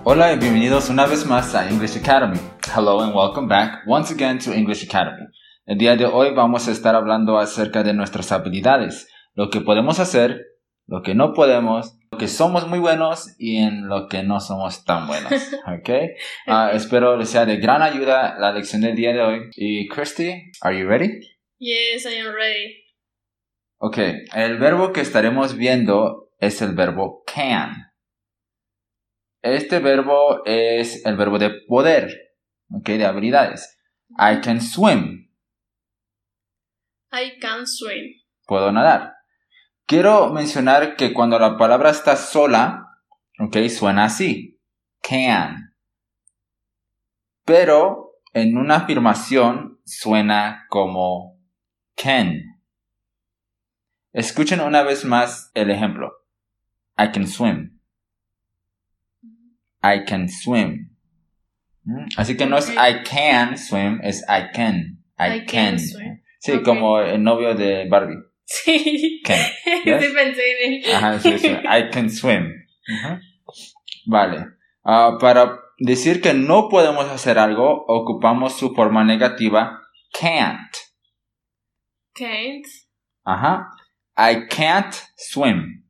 Hola y bienvenidos una vez más a English Academy. Hello and welcome back once again to English Academy. El día de hoy vamos a estar hablando acerca de nuestras habilidades, lo que podemos hacer, lo que no podemos, lo que somos muy buenos y en lo que no somos tan buenos. Okay? Espero les sea de gran ayuda la lección del día de hoy. Y Christy, are you ready? Yes, I am ready. Okay, el verbo que estaremos viendo es el verbo can. Este verbo es el verbo de poder, okay, de habilidades. I can swim. I can swim. Puedo nadar. Quiero mencionar que cuando la palabra está sola, okay, suena así. Can. Pero en una afirmación suena como can. Escuchen una vez más el ejemplo. I can swim. I can swim. Así que no es I can swim, es I can. I can swim. Sí, okay. Como el novio de Barbie. Sí. Ken. Yes? Sí pensé en él. Ajá, sí. I can swim. Uh-huh. Vale. Para decir que no podemos hacer algo, ocupamos su forma negativa can't. Can't. Ajá. I can't swim.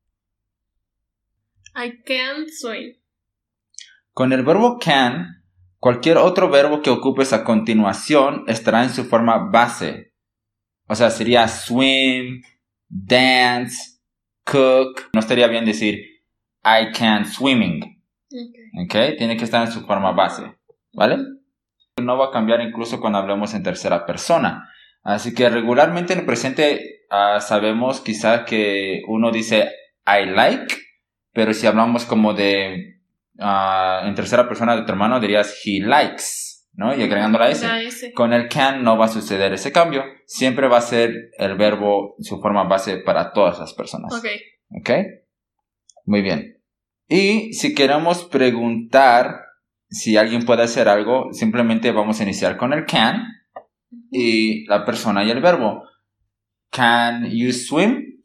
I can't swim. Con el verbo can, cualquier otro verbo que ocupes a continuación estará en su forma base. O sea, sería swim, dance, cook. No estaría bien decir I can swimming. Okay. Tiene que estar en su forma base. ¿Vale? No va a cambiar incluso cuando hablemos en tercera persona. Así que regularmente en el presente sabemos quizás que uno dice I like, pero si hablamos como de en tercera persona de tu hermano dirías he likes, ¿no? Y agregando la S. Con el can no va a suceder ese cambio. Siempre va a ser el verbo su forma base para todas las personas. ¿Ok? Muy bien. Y si queremos preguntar si alguien puede hacer algo, simplemente vamos a iniciar con el can y la persona y el verbo. Can you swim?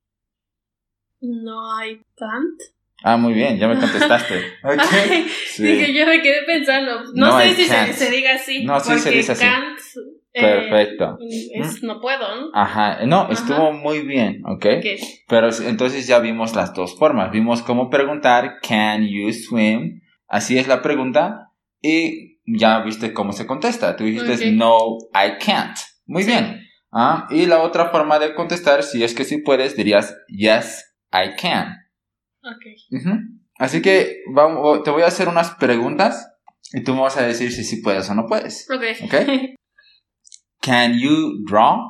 No, I can't. Muy bien, ya me contestaste. Okay. Sí. Dije, yo me quedé pensando. No sé si se diga así. No, sí se dice así. Can't, perfecto. No puedo, ¿no? Ajá. No, estuvo muy bien, okay. Pero entonces ya vimos las dos formas. Vimos cómo preguntar, can you swim? Así es la pregunta. Y ya viste cómo se contesta. Tú dijiste, no, I can't. Muy bien. Y la otra forma de contestar, si es que sí puedes, dirías, yes, I can. Okay. Así que te voy a hacer unas preguntas y tú me vas a decir si sí puedes o no puedes. Okay. Can you draw?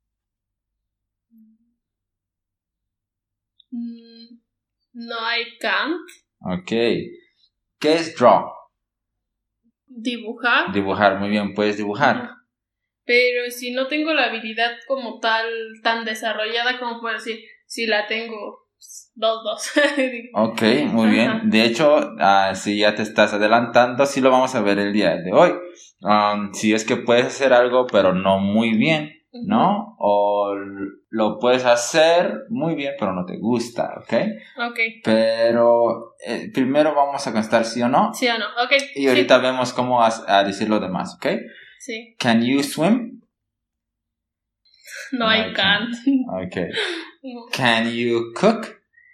No, I can't. Okay. ¿Qué es draw? Dibujar. Dibujar, muy bien, puedes dibujar. Pero si no tengo la habilidad como tal, tan desarrollada como puedo decir, si la tengo 2. Ok, muy bien. De hecho, si ya te estás adelantando, sí lo vamos a ver el día de hoy. Si es que puedes hacer algo, pero no muy bien, ¿no? O lo puedes hacer muy bien, pero no te gusta, ¿ok? Ok. Pero primero vamos a contestar sí o no. Sí o no, ok. Y ahorita vemos cómo a decir lo demás, ¿ok? Sí. Can you swim? No, I can't. Okay. Can you cook?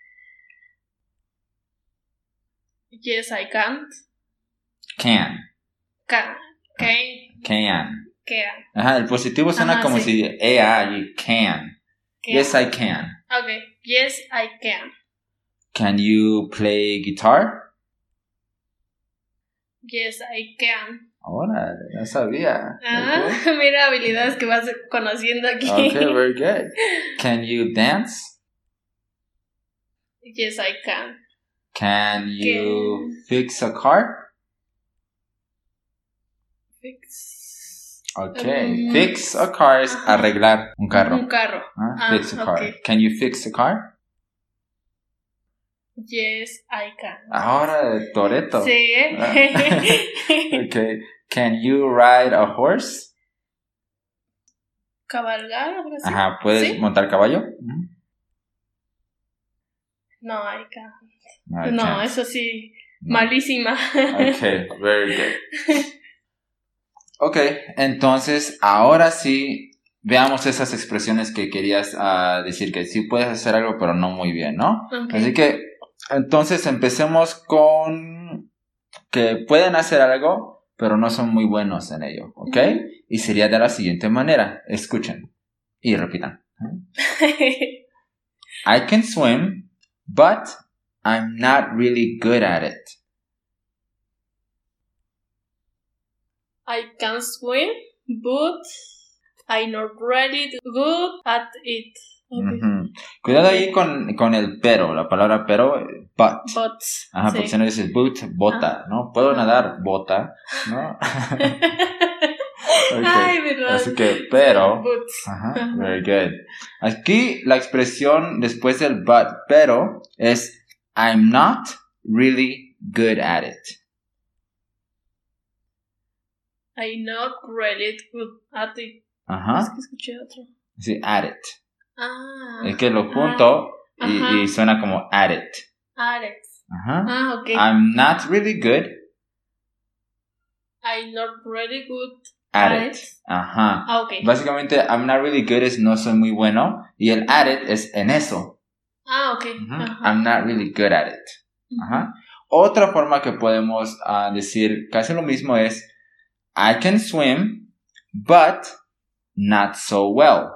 Yes, I can't. Can. Ajá, el positivo suena como si you can. Yes, I can. Okay. Yes, I can. Can you play guitar? Yes, I can. Ahora, no sabía. Okay. Mira habilidades que vas conociendo aquí. Okay, very good. Can you dance? Yes, I can. Can you fix a car? Okay. Fix a car es arreglar un carro. Un carro. Fix a car. Okay. Can you fix a car? Yes, I can. Ahora, Toretto. Sí, Okay. Can you ride a horse? Cabalgar. Ajá, ¿puedes montar caballo? No, I can't. No, eso sí. Malísima. Okay, very good. Okay, entonces ahora sí veamos esas expresiones que querías decir que sí puedes hacer algo pero no muy bien, ¿no? Okay. Así que entonces empecemos con que pueden hacer algo pero no son muy buenos en ello, ¿ok? Y sería de la siguiente manera. Escuchen y repitan. I can swim, but I'm not really good at it. I can swim, but I'm not really good at it. Okay. Uh-huh. Cuidado ahí con el pero, la palabra pero, but. But. Ajá, Sí. porque si no dices boot, bota, ¿no? Puedo nadar, bota, ¿no? Okay. Ay, verdad. Así que, pero. But. Ajá, very good. Aquí la expresión después del but, pero, es I'm not really good at it. I'm not really good at it. Ajá. Es que escuché otro. Sí, at it. Es que lo junto y suena como at it. At it. Ajá. Okay. I'm not really good. I'm not really good at it. Ajá. Okay. Básicamente, I'm not really good es no soy muy bueno. Y el at it es en eso. Okay. I'm not really good at it. Ajá. Otra forma que podemos decir casi lo mismo es I can swim, but not so well.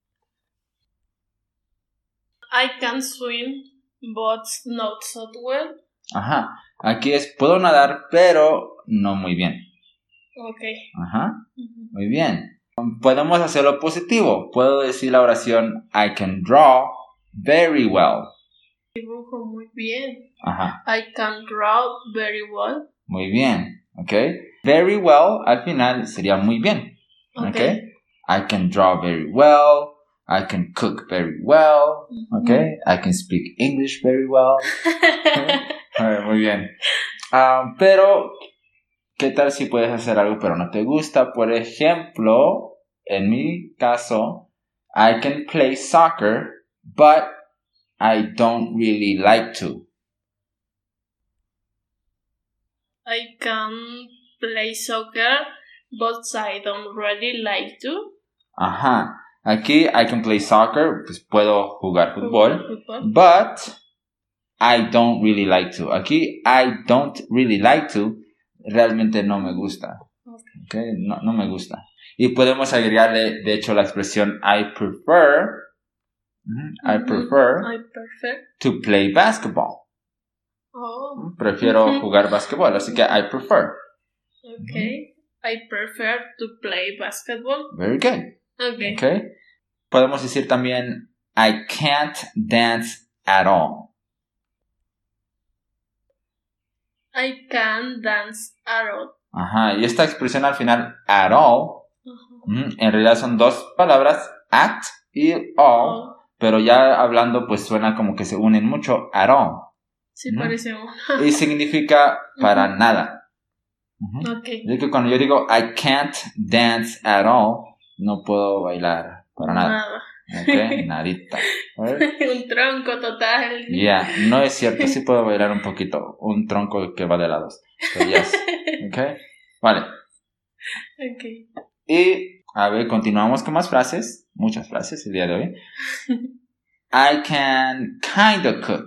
I can swim, but not so well. Ajá. Aquí es puedo nadar, pero no muy bien. Okay. Ajá. Muy bien. Podemos hacerlo positivo. Puedo decir la oración I can draw very well. Dibujo muy bien. Ajá. I can draw very well. Muy bien. ¿Ok? Very well al final sería muy bien. ¿Ok? I can draw very well. I can cook very well. ¿Ok? I can speak English very well. Muy bien. Pero, ¿qué tal si puedes hacer algo pero no te gusta? Por ejemplo, en mi caso, I can play soccer, but I don't really like to. I can play soccer, but I don't really like to. Ajá. Aquí, I can play soccer, pues puedo jugar fútbol. But I don't really like to. Aquí, I don't really like to, realmente no me gusta. Okay. No me gusta. Y podemos agregarle, de hecho, la expresión I prefer. I prefer to play basketball. Prefiero jugar basketball, así que I prefer. Okay. I prefer to play basketball. Very good. Okay. Podemos decir también I can't dance at all. I can't dance at all. Ajá, y esta expresión al final, at all, en realidad son dos palabras, at y all, pero ya hablando pues suena como que se unen mucho, at all. Sí, parece uno. Y significa para nada. Okay. Así que cuando yo digo I can't dance at all, no puedo bailar para nada. Ok, nadita. Un tronco total. Ya, no es cierto, sí puedo bailar un poquito, un tronco que va de lados. Pero yes. Ok, vale. Ok. Y, a ver, continuamos con más frases, muchas frases el día de hoy. I can kinda cook.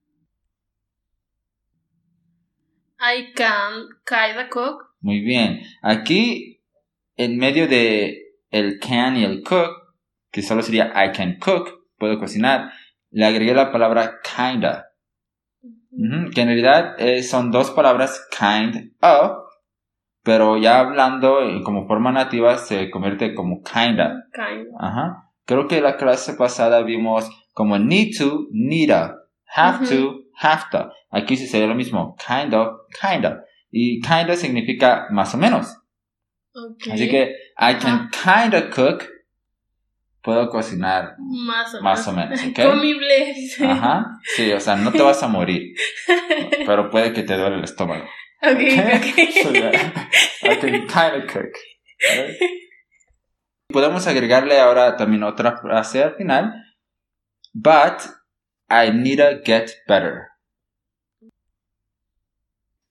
I can kinda cook. Muy bien. Aquí, en medio de el can y el cook, que solo sería I can cook, puedo cocinar, le agregué la palabra kinda. Que en realidad son dos palabras kind of, pero ya hablando como forma nativa se convierte como kinda. Ajá. Creo que la clase pasada vimos como need to, needa, have to, have to. Aquí sí sería lo mismo, kind of, kinda. Y kinda significa más o menos. Okay. Así que I can kinda cook. Puedo cocinar más o menos, ¿ok? Comible. Ajá, sí, o sea, no te vas a morir, pero puede que te duele el estómago. Okay. So I can kind of cook. Right? Podemos agregarle ahora también otra frase al final. But I need to get better.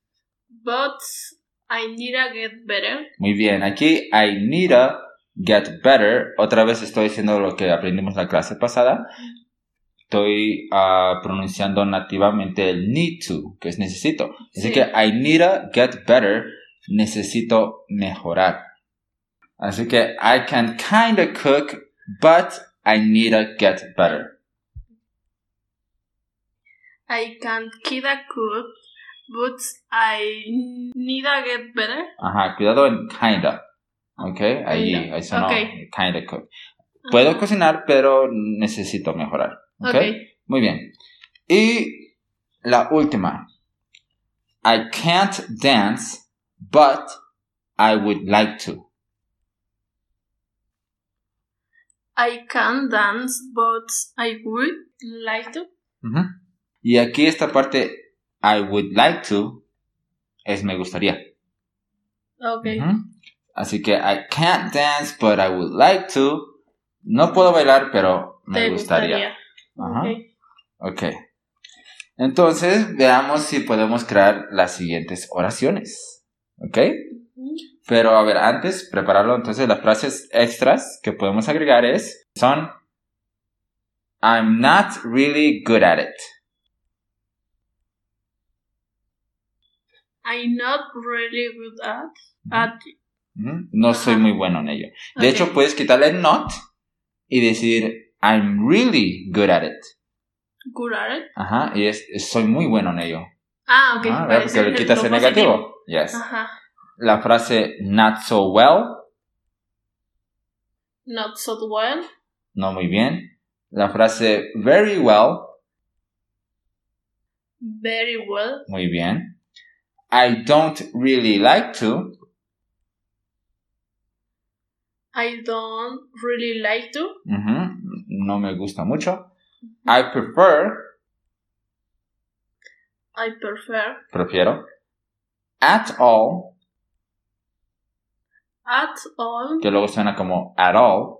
but I need to get better. Muy bien, aquí I need to get better. Otra vez estoy diciendo lo que aprendimos la clase pasada. Estoy pronunciando nativamente el need to, que es necesito. Así que I need to get better, necesito mejorar. Así que I can kind of cook, but I need to get better. I can kinda cook, but I need to get better. Ajá, cuidado en kinda. Ok, ahí sonó kinda cook. Puedo cocinar, pero necesito mejorar. Okay. Muy bien. Y la última. I can't dance, but I would like to. I can dance, but I would like to. Uh-huh. Y aquí esta parte, I would like to, es me gustaría. Okay. Uh-huh. Así que I can't dance, but I would like to. No puedo bailar, pero me gustaría. Uh-huh. Ok. Entonces, veamos si podemos crear las siguientes oraciones. ¿Ok? Pero, a ver, antes, prepararlo. Entonces, las frases extras que podemos agregar son I'm not really good at it. I'm not really good at it. No soy muy bueno en ello. De hecho, puedes quitarle not y decir I'm really good at it. Good at it. Ajá, y soy muy bueno en ello. Ah, ok. Porque le quitas el negativo. Yes. Ajá. La frase not so well. Not so well. No muy bien. La frase very well. Very well. Muy bien. I don't really like to. I don't really like to. No me gusta mucho. I prefer. Prefiero. At all. At all. Que luego suena como at all.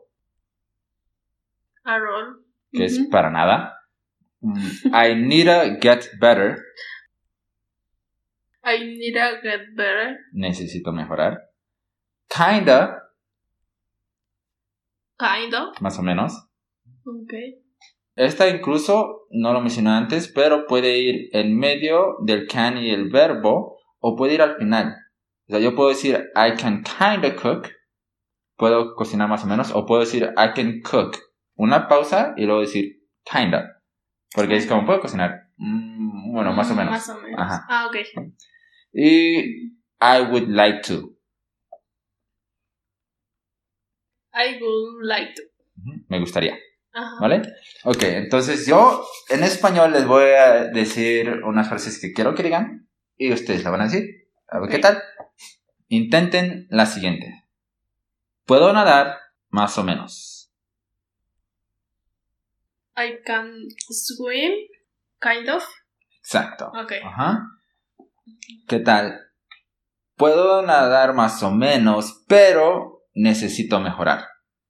At all. Que es para nada. I need to get better. I need to get better. Necesito mejorar. Kinda. Más o menos. Okay. Esta incluso, no lo mencioné antes, pero puede ir en medio del can y el verbo, o puede ir al final. O sea, yo puedo decir I can kinda cook, puedo cocinar más o menos, o puedo decir I can cook, una pausa y luego decir kinda, porque es como puedo cocinar, bueno, más o menos. Más o menos. Ajá. Ah, ok. Y I would like to. I would like to. Me gustaría. Ajá. ¿Vale? Ok, entonces yo en español les voy a decir unas frases que quiero que digan y ustedes la van a decir. A ver qué tal. Intenten la siguiente. Puedo nadar más o menos. I can swim, kind of. Exacto. Okay. Ajá. ¿Qué tal? Puedo nadar más o menos, pero necesito mejorar.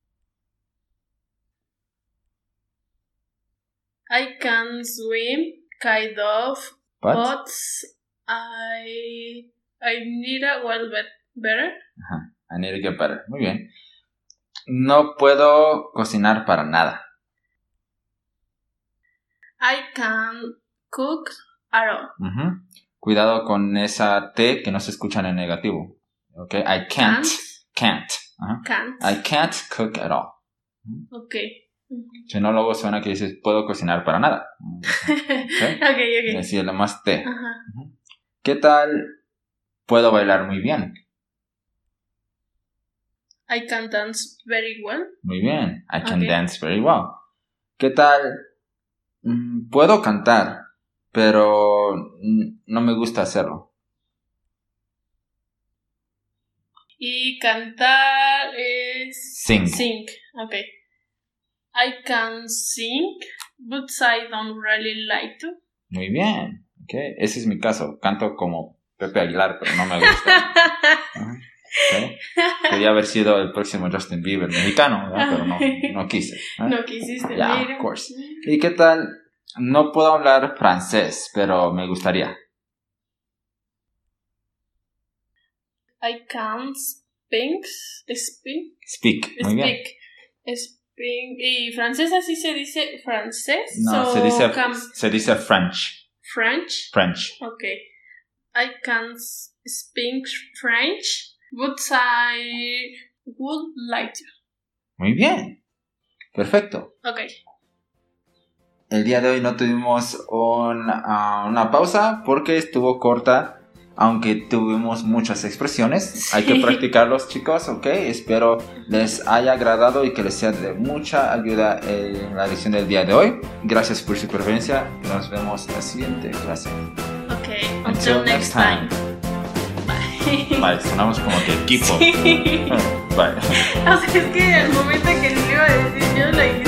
I can swim, kind of, but I need to get better. Ajá. I need to get better. Muy bien. No puedo cocinar para nada. I can cook at all. Cuidado con esa T que no se escucha en el negativo. Okay. I can't. Can't. I can't cook at all. Okay. Si no, luego suena que dices, puedo cocinar para nada. Okay. Decirle más T. Ajá. ¿Qué tal? Puedo bailar muy bien. I can dance very well. Muy bien. I can dance very well. ¿Qué tal? Puedo cantar, pero no me gusta hacerlo. Y cantar es... Sing. Okay. I can sing, but I don't really like to. Muy bien. Okay. Ese es mi caso. Canto como Pepe Aguilar, pero no me gusta. Okay. Quería haber sido el próximo Justin Bieber mexicano, ¿verdad? Pero no quise. No quisiste. Yeah, of course. ¿Y qué tal? No puedo hablar francés, pero me gustaría. I can't speak. Speak, muy bien. Speak. ¿Y francés así se dice francés? No, se dice French. French? French. Okay. I can't speak French, but I would like to. Muy bien. Perfecto. Okay. El día de hoy no tuvimos una pausa porque estuvo corta, aunque tuvimos muchas expresiones. Sí. Hay que practicarlos, chicos, ¿ok? Espero les haya agradado y que les sea de mucha ayuda en la lección del día de hoy. Gracias por su preferencia. Nos vemos en la siguiente clase. Ok, until next time. Bye. Bye, sonamos como que equipo. Sí. Bye. O sea, es que al momento que le iba a decir yo,